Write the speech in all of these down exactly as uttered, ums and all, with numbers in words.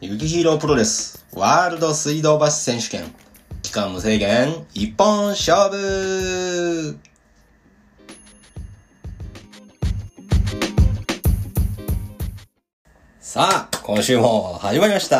ユキヒロプロレスワールド水道橋選手権期間無制限一本勝負。さあ今週も始まりました。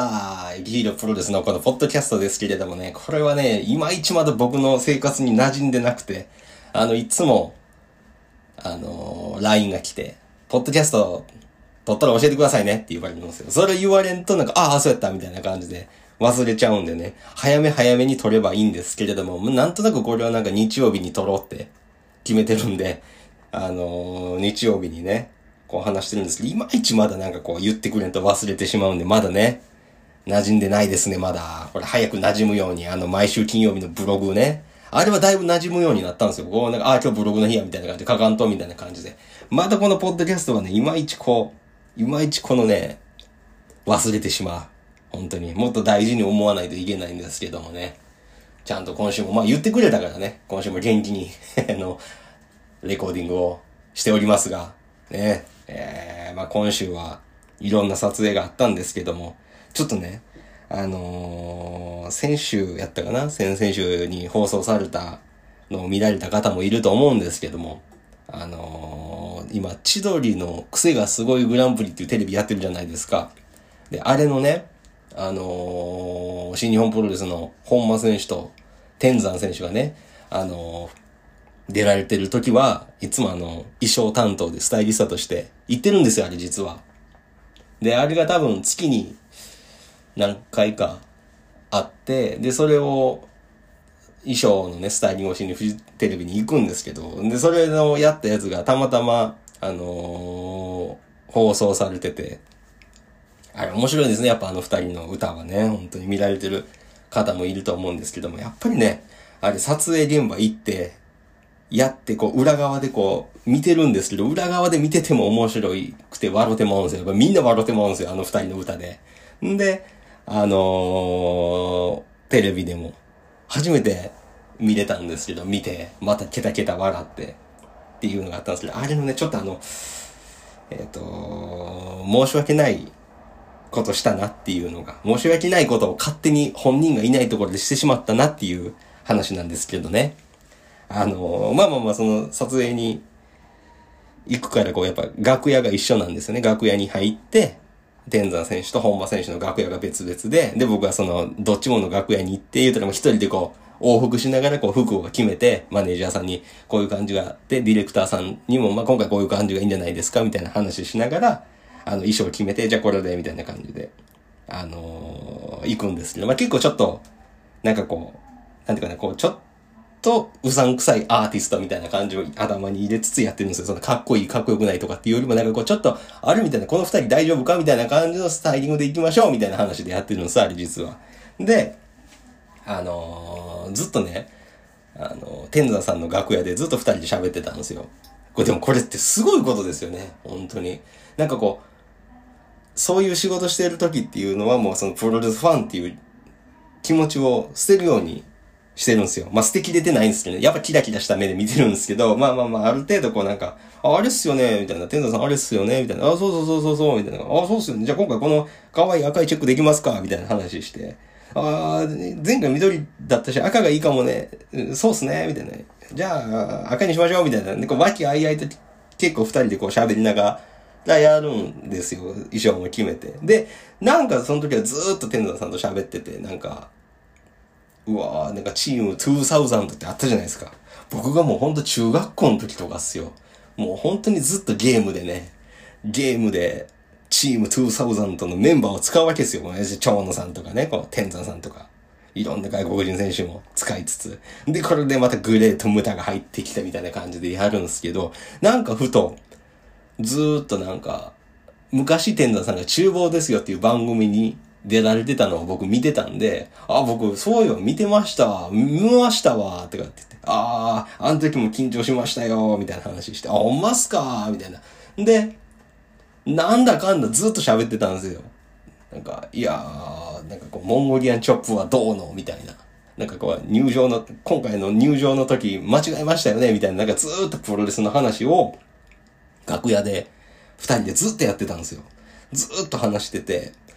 ユキヒロプロレスのこのポッドキャストですけれどもね、これはねいまいちまだ僕の生活に馴染んでなくて、あのいつもあの ライン が来てポッドキャスト撮ったら教えてくださいねって言われるんですよ。それ言われんとなんか、ああ、そうやったみたいな感じで忘れちゃうんでね、早め早めに撮ればいいんですけれども、なんとなくこれはなんか日曜日に撮ろうって決めてるんで、あのー、日曜日にね、こう話してるんですけど、いまいちまだなんかこう言ってくれんと忘れてしまうんで、まだね、馴染んでないですね、まだ。これ早く馴染むように、あの、毎週金曜日のブログね、あれはだいぶ馴染むようになったんですよ。こう、なんか、ああ、今日ブログの日や、みたいな感じで、書かんと、みたいな感じで。まだこのポッドキャストはね、いまいちこう、いまいちこのね、忘れてしまう。本当に。もっと大事に思わないといけないんですけどもね。ちゃんと今週も、まあ言ってくれたからね、今週も元気に、あの、レコーディングをしておりますが、ね、えー、まあ今週はいろんな撮影があったんですけども、ちょっとね、あのー、先週やったかな先々週に放送されたのを見られた方もいると思うんですけども、あのー、今、千鳥の癖がすごいグランプリっていうテレビやってるじゃないですか。で、あれのね、あのー、新日本プロレスの本間選手と天山選手がね、あのー、出られてる時はいつもあの、衣装担当でスタイリストとして行ってるんですよ、あれ実は。で、あれが多分月に何回かあって、で、それを、衣装のね、スタイリングをしにフジテレビに行くんですけど、で、それのやったやつがたまたま、あのー、放送されてて、あれ面白いですね、やっぱあの二人の歌はね、本当に見られてる方もいると思うんですけども、やっぱりね、あれ撮影現場行って、やってこう、裏側でこう、見てるんですけど、裏側で見てても面白くて笑ってまうんですよ。やっぱみんな笑ってまうんですよ、あの二人の歌で。んで、あのー、テレビでも、初めて見れたんですけど、見て、またケタケタ笑って、っていうのがあったんですけど、あれのね、ちょっとあの、えっと、申し訳ないことしたなっていうのが、申し訳ないことを勝手に本人がいないところでしてしまったなっていう話なんですけどね。あの、まあまあまあ、その撮影に行くからこう、やっぱ楽屋が一緒なんですよね。楽屋に入って、天山選手と本間選手の楽屋が別々で、で、僕はその、どっちもの楽屋に行って、言うたらもう一人でこう、往復しながらこう、服を決めて、マネージャーさんにこういう感じがあって、ディレクターさんにも、まあ今回こういう感じがいいんじゃないですか、みたいな話しながら、あの、衣装を決めて、じゃあこれで、みたいな感じで、あのー、行くんですけど、まあ結構ちょっと、なんかこう、なんていうかね、こう、ちょっと、うさんくさいアーティストみたいな感じを頭に入れつつやってるんですよ。そのかっこいい、かっこよくないとかっていうよりもなんかこうちょっと、あるみたいな、この二人大丈夫かみたいな感じのスタイリングで行きましょうみたいな話でやってるんです、あれ実は。で、あのー、ずっとね、あのー、天山さんの楽屋でずっと二人で喋ってたんですよ。これでもこれってすごいことですよね。本当に。なんかこう、そういう仕事してる時っていうのはもうそのプロレスファンっていう気持ちを捨てるようにしてるんですよ。まあ、素敵出てないんですけど、ね、やっぱキラキラした目で見てるんですけど、まあまあまあ、ある程度こうなんか、あ、あれっすよねみたいな。天山さんあれっすよねみたいな。あ、そうそうそうそうそう、みたいな。あ、そうっすよね。じゃあ今回この可愛い赤いチェックできますかみたいな話して。あ、前回緑だったし赤がいいかもね。そうっすねみたいな。じゃあ、赤にしましょうみたいな。で、こう、和気あいあいと結構二人でこう喋りながらやるんですよ。衣装も決めて。で、なんかその時はずーっと天山さんと喋ってて、なんか、うわー、なんかチームにせんってあったじゃないですか。僕がもうほんと中学校の時とかっすよ。もう本当にずっとゲームでね、ゲームでチームにせんのメンバーを使うわけですよ。長野さんとかね、この天山さんとか。いろんな外国人選手も使いつつ。で、これでまたグレーとムタが入ってきたみたいな感じでやるんですけど、なんかふと、ずーっとなんか、昔天山さんが厨房ですよっていう番組に出られてたのを僕見てたんで、あ、僕、そうよ、見てましたわ、見ましたわ、とかって言って、ああ、あの時も緊張しましたよ、みたいな話して、あ、ほんまっすか、みたいな。で、なんだかんだずっと喋ってたんですよ。なんか、いやー、なんかこう、モンゴリアンチョップはどうのみたいな。なんかこう、入場の、今回の入場の時、間違えましたよねみたいな、なんかずーっとプロレスの話を、楽屋で、二人でずっとやってたんですよ。ずーっと話してて、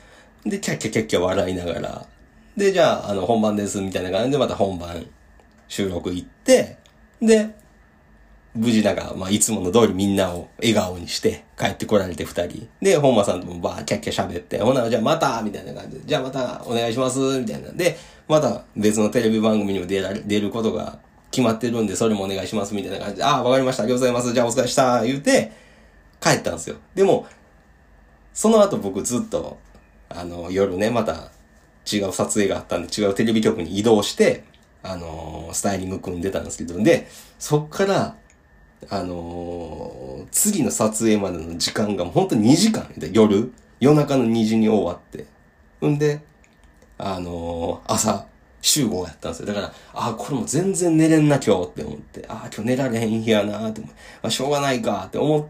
で、キャッキャキャッキャ笑いながら、で、じゃあ、あの、本番です、みたいな感じでまた本番収録行って、で、無事なんか、まあ、いつもの通りみんなを笑顔にして帰ってこられて二人。で、本間さんともバーキャッキャ喋って、ほな、じゃあまたみたいな感じで、じゃあまたお願いしますみたいな。で、また別のテレビ番組にも出られ、出ることが決まってるんで、それもお願いしますみたいな感じで、ああ、わかりました、ありがとうございます、じゃあお疲れした、言うて、帰ったんですよ。でも、その後僕ずっと、あの、夜ね、また違う撮影があったんで、違うテレビ局に移動して、あのー、スタイリング組んでたんですけど、で、そっから、あのー、次の撮影までの時間がほんとにじかんで、夜、夜中のにじに終わって。んで、あのー、朝、集合やったんですよ。だから、あ、これも全然寝れんな今日って思って、あ、今日寝られへん日やなって思って、まあ、しょうがないかって思って、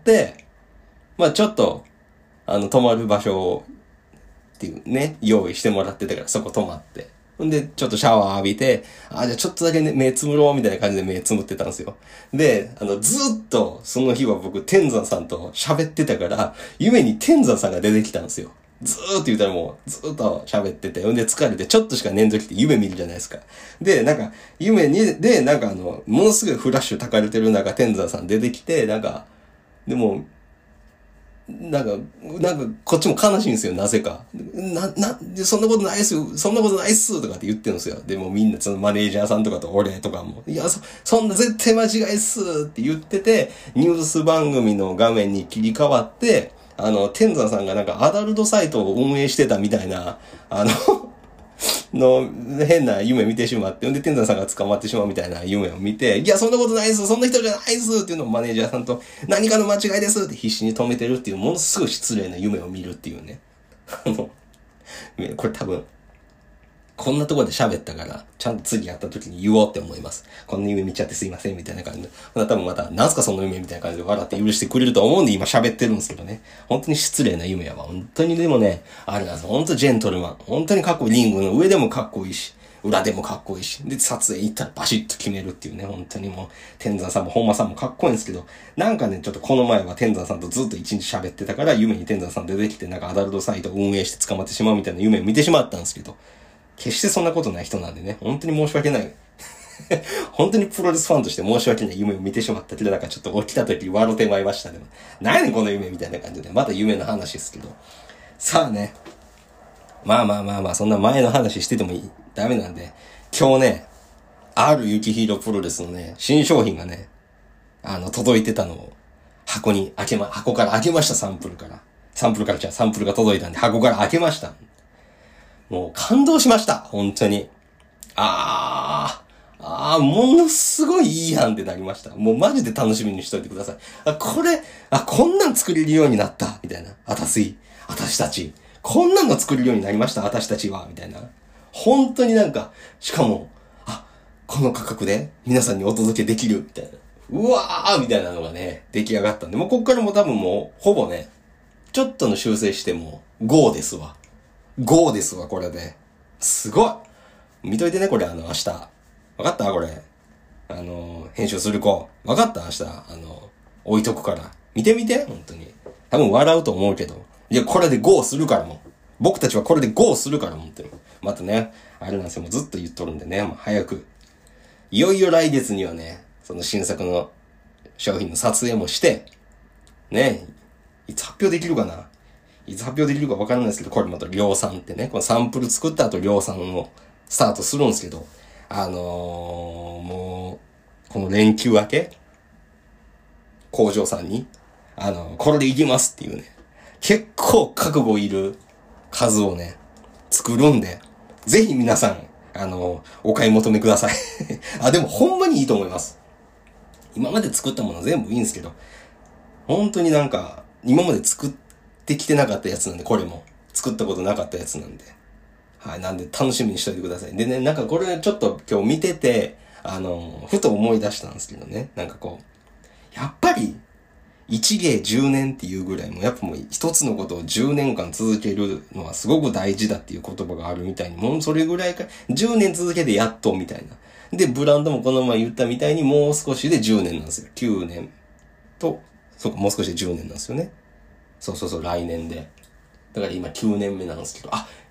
まあちょっと、あの、泊まる場所を、っていうね、用意してもらってたから、そこ泊まって。んで、ちょっとシャワー浴びて、あ、じゃあちょっとだけね、目つむろうみたいな感じで目つむってたんですよ。で、あの、ずっと、その日は僕、天山さんと喋ってたから、夢に天山さんが出てきたんですよ。ずーっと言ったらもう、ずーっと喋ってて、んで疲れて、ちょっとしか寝んときって夢見るじゃないですか。で、なんか、夢に、で、なんかあの、ものすごいフラッシュ焚かれてる中、天山さん出てきて、なんか、でも、なんか、なんか、こっちも悲しいんですよ、なぜか。な、な、そんなことないっすよ、そんなことないっすとかって言ってるんですよ。でもみんな、そのマネージャーさんとかと俺とかも、いや、そ、そんな絶対間違いっすって言ってて、ニュース番組の画面に切り替わって、あの、天山さんがなんかアダルトサイトを運営してたみたいな、あの、の変な夢見てしまって、んで天山さんが捕まってしまうみたいな夢を見て、いや、そんなことないです、そんな人じゃないですっていうのをマネージャーさんと、何かの間違いですって必死に止めてるっていう、ものすごい失礼な夢を見るっていうね。あの、これ多分、こんなところで喋ったから、ちゃんと次やった時に言おうって思います。こんな夢見ちゃってすいませんみたいな感じで。ほな多分また、なんすかその夢みたいな感じで笑って許してくれると思うんで今喋ってるんですけどね。本当に失礼な夢やわ。本当にでもね、あれなんです。本当ジェントルマン。本当にかっこいい。リングの上でもかっこいいし、裏でもかっこいいし。で、撮影行ったらバシッと決めるっていうね。本当にもう、天山さんも本間さんもかっこいいんですけど、なんかね、ちょっとこの前は天山さんとずっと一日喋ってたから、夢に天山さん出てきて、なんかアダルトサイトを運営して捕まってしまうみたいな夢を見てしまったんですけど、決してそんなことない人なんでね、本当に申し訳ない。本当にプロレスファンとして申し訳ない夢を見てしまったけど、なんかちょっと起きた時笑ってまいりましたね。何やねんこの夢みたいな感じで、また夢の話ですけど。さあね。まあまあまあまあ、そんな前の話しててもいい。ダメなんで、今日ね、あるユキヒーロプロレスのね、新商品がね、あの、届いてたのを、箱に開けま、箱から開けました、サンプルから。サンプルからじゃサンプルが届いたんで、箱から開けました。もう感動しました。本当に。あー、あー、ものすごいいいやんってなりました。もうマジで楽しみにしといてください。あ、これ、あ、こんなん作れるようになった。みたいな。あたすい。あたしたち。こんなんの作れるようになりました。あたしたちは。みたいな。本当になんか、しかも、あ、この価格で皆さんにお届けできる。みたいな。うわーみたいなのがね、出来上がったんで、もうこっからも多分もう、ほぼね、ちょっとの修正しても、ゴーですわ。ゴーですわ、これで。すごい見といてね、これ、あの、明日。わかったこれ。あの、編集する子。わかった明日。あの、置いとくから。見てみて本当に。多分笑うと思うけど。いや、これでゴーするからもう。僕たちはこれでゴーするからもってる。またね、あれなんですよ。もうずっと言っとるんでね。もう早く。いよいよ来月にはね、その新作の商品の撮影もして、ね、いつ発表できるかないつ発表できるか分からないですけど、これまた量産ってね、このサンプル作った後量産をスタートするんですけど、あのー、もう、この連休明け、工場さんに、あのー、これでいきますっていうね、結構覚悟いる数をね、作るんで、ぜひ皆さん、あのー、お買い求めください。あ、でもほんまにいいと思います。今まで作ったもの全部いいんですけど、本当になんか、今まで作ってできてなかったやつなんで、これも。作ったことなかったやつなんで。はい。なんで、楽しみにしといてください。でね、なんかこれちょっと今日見てて、あの、ふと思い出したんですけどね。なんかこう、やっぱり、一芸十年っていうぐらいも、やっぱもう一つのことを十年間続けるのはすごく大事だっていう言葉があるみたいに、もうそれぐらいか、十年続けてやっとみたいな。で、ブランドもこの前言ったみたいにもう少しで十年なんですよ。九年と、そうか、もう少しで十年なんですよね。そうそうそう、来年で。だから今きゅうねんめなんですけど、あ、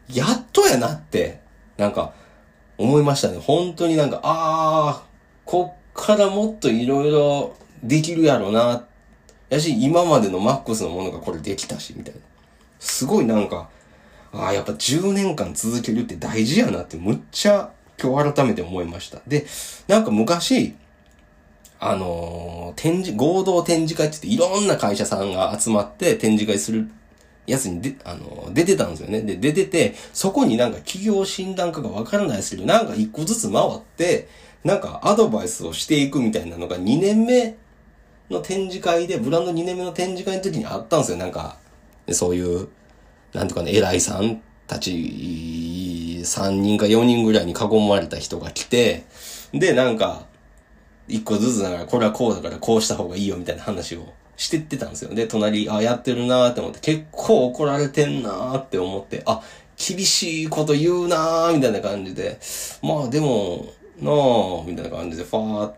やっとやなって、なんか、思いましたね。本当になんか、あー、こっからもっといろいろできるやろな。やし、今までのマックスのものがこれできたし、みたいな。すごいなんか、ああ、やっぱじゅうねんかん続けるって大事やなってむっちゃ今日改めて思いました。で、なんか昔、あのー、展示、合同展示会って言っていろんな会社さんが集まって展示会するやつにで、あのー、出てたんですよね。で、出てて、そこになんか企業診断家がわからないですけど、なんか一個ずつ回って、なんかアドバイスをしていくみたいなのがにねんめの展示会で、ブランドにねんめの展示会の時にあったんですよ。なんか、そういう、なんとかね、偉いさんたちさんにんかよにんぐらいに囲まれた人が来て、で、なんか、一個ずつだから、これはこうだからこうした方がいいよみたいな話をしてってたんですよ。で、隣、あ、やってるなーって思って、結構怒られてんなーって思って、あ、厳しいこと言うなーみたいな感じで、まあでも、なーみたいな感じで、ファーって、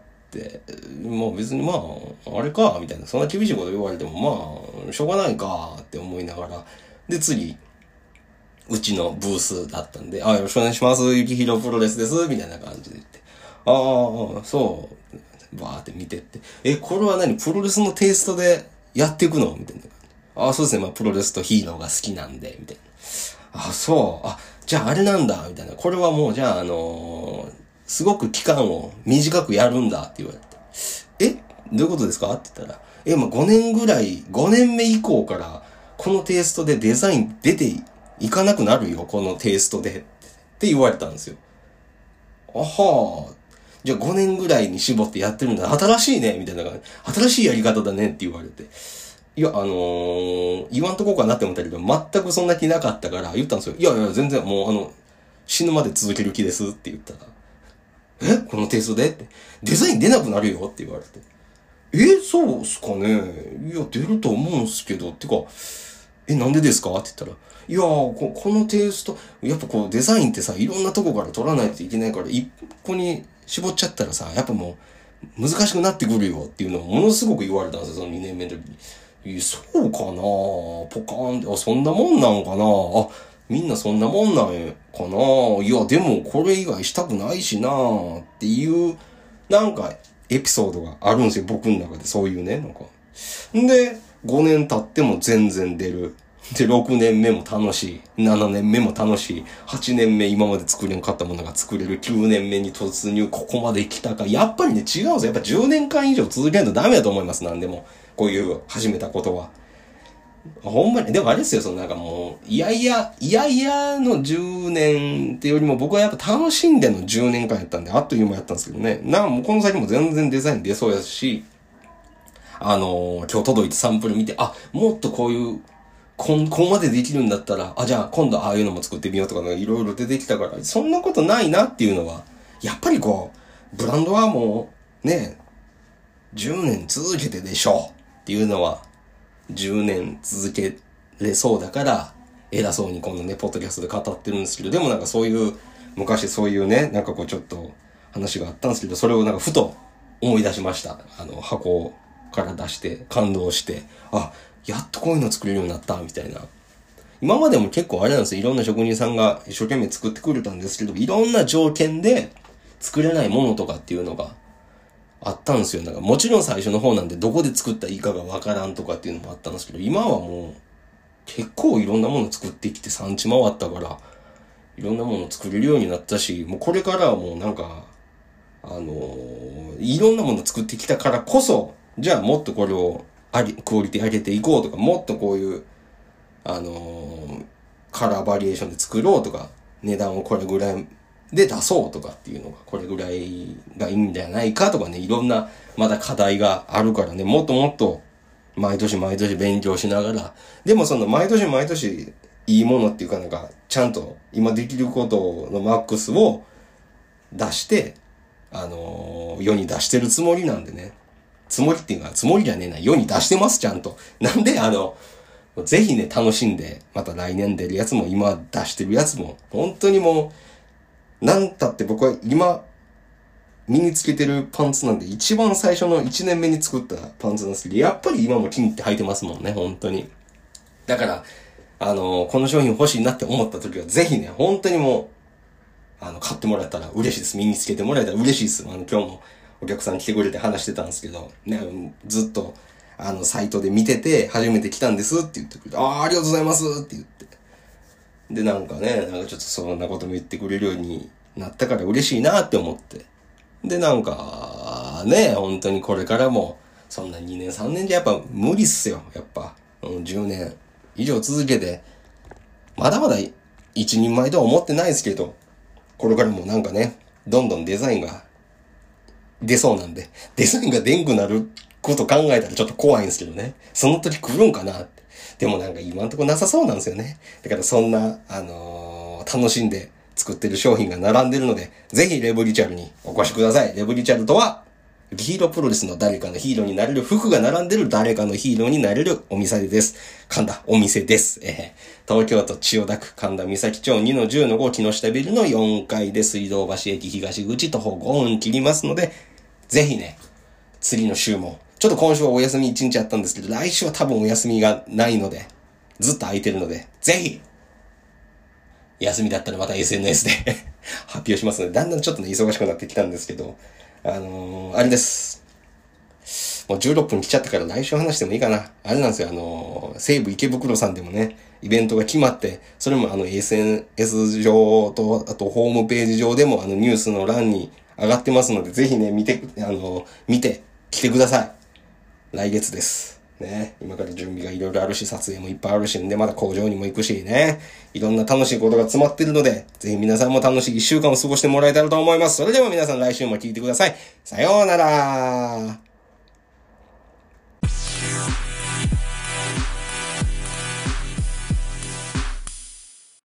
まあ別にまあ、あれか、みたいな、そんな厳しいこと言われても、まあ、しょうがないかって思いながら、で、次、うちのブースだったんで、あ、よろしくお願いします。ゆきひろプロレスです。みたいな感じで言って。ああ、そう。バーって見てって。え、これは何プロレスのテイストでやっていくのみたいな感じ。ああ、そうですね。まあ、プロレスとヒーローが好きなんで、みたいな。ああ、そう。あ、じゃああれなんだ、みたいな。これはもう、じゃあ、あのー、すごく期間を短くやるんだって言われて。えどういうことですかって言ったら、え、まあ、ごねんぐらい、ごねんめ以降から、このテイストでデザイン出ていかなくなるよ、このテイストで。って言われたんですよ。あはー。じゃあごねんぐらいに絞ってやってるんだ。新しいねみたいな感じ。新しいやり方だねって言われて。いや、あのー、言わんとこうかなって思ったけど、全くそんな気なかったから言ったんですよ。いやいや、全然もうあの、死ぬまで続ける気ですって言ったら。えこのテイストでって。デザイン出なくなるよって言われて。えそうっすかねいや、出ると思うんすけど。てか、え、なんでですかって言ったら、いやーこ、このテイスト、やっぱこうデザインってさ、いろんなとこから取らないといけないから、一個に絞っちゃったらさ、やっぱもう難しくなってくるよっていうのをものすごく言われたんですよ、そのにねんめの時に。いや、そうかなポカーンって、あ、そんなもんなんかなあ、みんなそんなもんなんかないや、でもこれ以外したくないしなっていう、なんか、エピソードがあるんですよ、僕の中でそういうね、なんか。んで、ごねん経っても全然出る。で、ろくねんめも楽しい。ななねんめも楽しい。はちねんめ今まで作れんかったものが作れる。きゅうねんめに突入。ここまで来たか。やっぱりね、違うんですよ。やっぱじゅうねんかん以上続けないとダメだと思います。なんでも。こういう始めたことは。ほんまに、でもあれですよ、そのなんかもう、いやいや、いやいやのじゅうねんってよりも僕はやっぱ楽しんでのじゅうねんかんやったんで、あっという間やったんですけどね。なんもうこの先も全然デザイン出そうやし、あのー、今日届いてサンプル見て、あ、もっとこういう、こん、ここまでできるんだったら、あ、じゃあ今度ああいうのも作ってみようとか、いろいろ出てきたから、そんなことないなっていうのは、やっぱりこう、ブランドはもう、ね、じゅうねん続けてでしょっていうのは、じゅうねん続けれそうだから、偉そうにこのね、ポッドキャストで語ってるんですけど、でもなんかそういう、昔そういうね、なんかこうちょっと話があったんですけど、それをなんかふと思い出しました。あの、箱から出して感動して、あ、やっとこういうの作れるようになった、みたいな。今までも結構あれなんですよ。いろんな職人さんが一生懸命作ってくれたんですけど、いろんな条件で作れないものとかっていうのがあったんですよ。なんかもちろん最初の方なんでどこで作ったらいいかがわからんとかっていうのもあったんですけど、今はもう結構いろんなもの作ってきて産地回ったから、いろんなもの作れるようになったし、もうこれからはもうなんか、あのー、いろんなもの作ってきたからこそ、じゃあもっとこれをあり、クオリティ上げていこうとか、もっとこういう、あのー、カラーバリエーションで作ろうとか、値段をこれぐらいで出そうとかっていうのが、これぐらいがいいんじゃないかとかね、いろんなまだ課題があるからね、もっともっと毎年毎年勉強しながら、でもその毎年毎年いいものっていうかなんか、ちゃんと今できることのマックスを出して、あのー、世に出してるつもりなんでね。つもりっていうか、つもりじゃねえな。世に出してます、ちゃんと。なんで、あの、ぜひね、楽しんで、また来年出るやつも、今出してるやつも、本当にもう、なんたって僕は今、身につけてるパンツなんで、一番最初のいちねんめに作ったパンツなんですけど、やっぱり今も気に入って履いてますもんね、本当に。だから、 あの、この商品欲しいなって思った時は、ぜひね、本当にもう、あの、買ってもらえたら嬉しいです。身につけてもらえたら嬉しいです。あの、今日もお客さん来てくれて話してたんですけど、ね、ずっと、あの、サイトで見てて、初めて来たんですって言ってくれて、ああ、ありがとうございますって言って。で、なんかね、なんかちょっとそんなことも言ってくれるようになったから嬉しいなって思って。で、なんか、ね、本当にこれからも、そんなにねんさんねんじゃやっぱ無理っすよ、やっぱ。うん、じゅうねん以上続けて、まだまだ一人前とは思ってないですけど、これからもなんかね、どんどんデザインが出そうなんで、デザインが出んくなること考えたらちょっと怖いんですけどね。その時来るんかなって。でもなんか今んとこなさそうなんですよね。だからそんな、あのー、楽しんで作ってる商品が並んでるので、ぜひレブリチャルにお越しください。レブリチャルとは、ヒーロープロレスの誰かのヒーローになれる、服が並んでる誰かのヒーローになれるお店です。神田お店です。えー、東京都千代田区神田三崎町にのじゅうのご木下ビルのよんかいで水道橋駅東口徒歩ごふん切りますので、ぜひね、次の週も、ちょっと今週はお休みいちにちあったんですけど、来週は多分お休みがないので、ずっと空いてるので、ぜひ、休みだったらまた エスエヌエス で発表しますので、だんだんちょっとね、忙しくなってきたんですけど、あのー、あれです。もうじゅうろっぷん来ちゃったから来週話してもいいかな。あれなんですよ、あのー、西武池袋さんでもね、イベントが決まって、それもあの エスエヌエス 上と、あとホームページ上でもあのニュースの欄に上がってますので、ぜひね、見て、あのー、見て、来てください。来月です。ね。今から準備がいろいろあるし、撮影もいっぱいあるし、んで、まだ工場にも行くしね。いろんな楽しいことが詰まってるので、ぜひ皆さんも楽しい一週間を過ごしてもらえたらと思います。それでは皆さん来週も聞いてください。さようなら。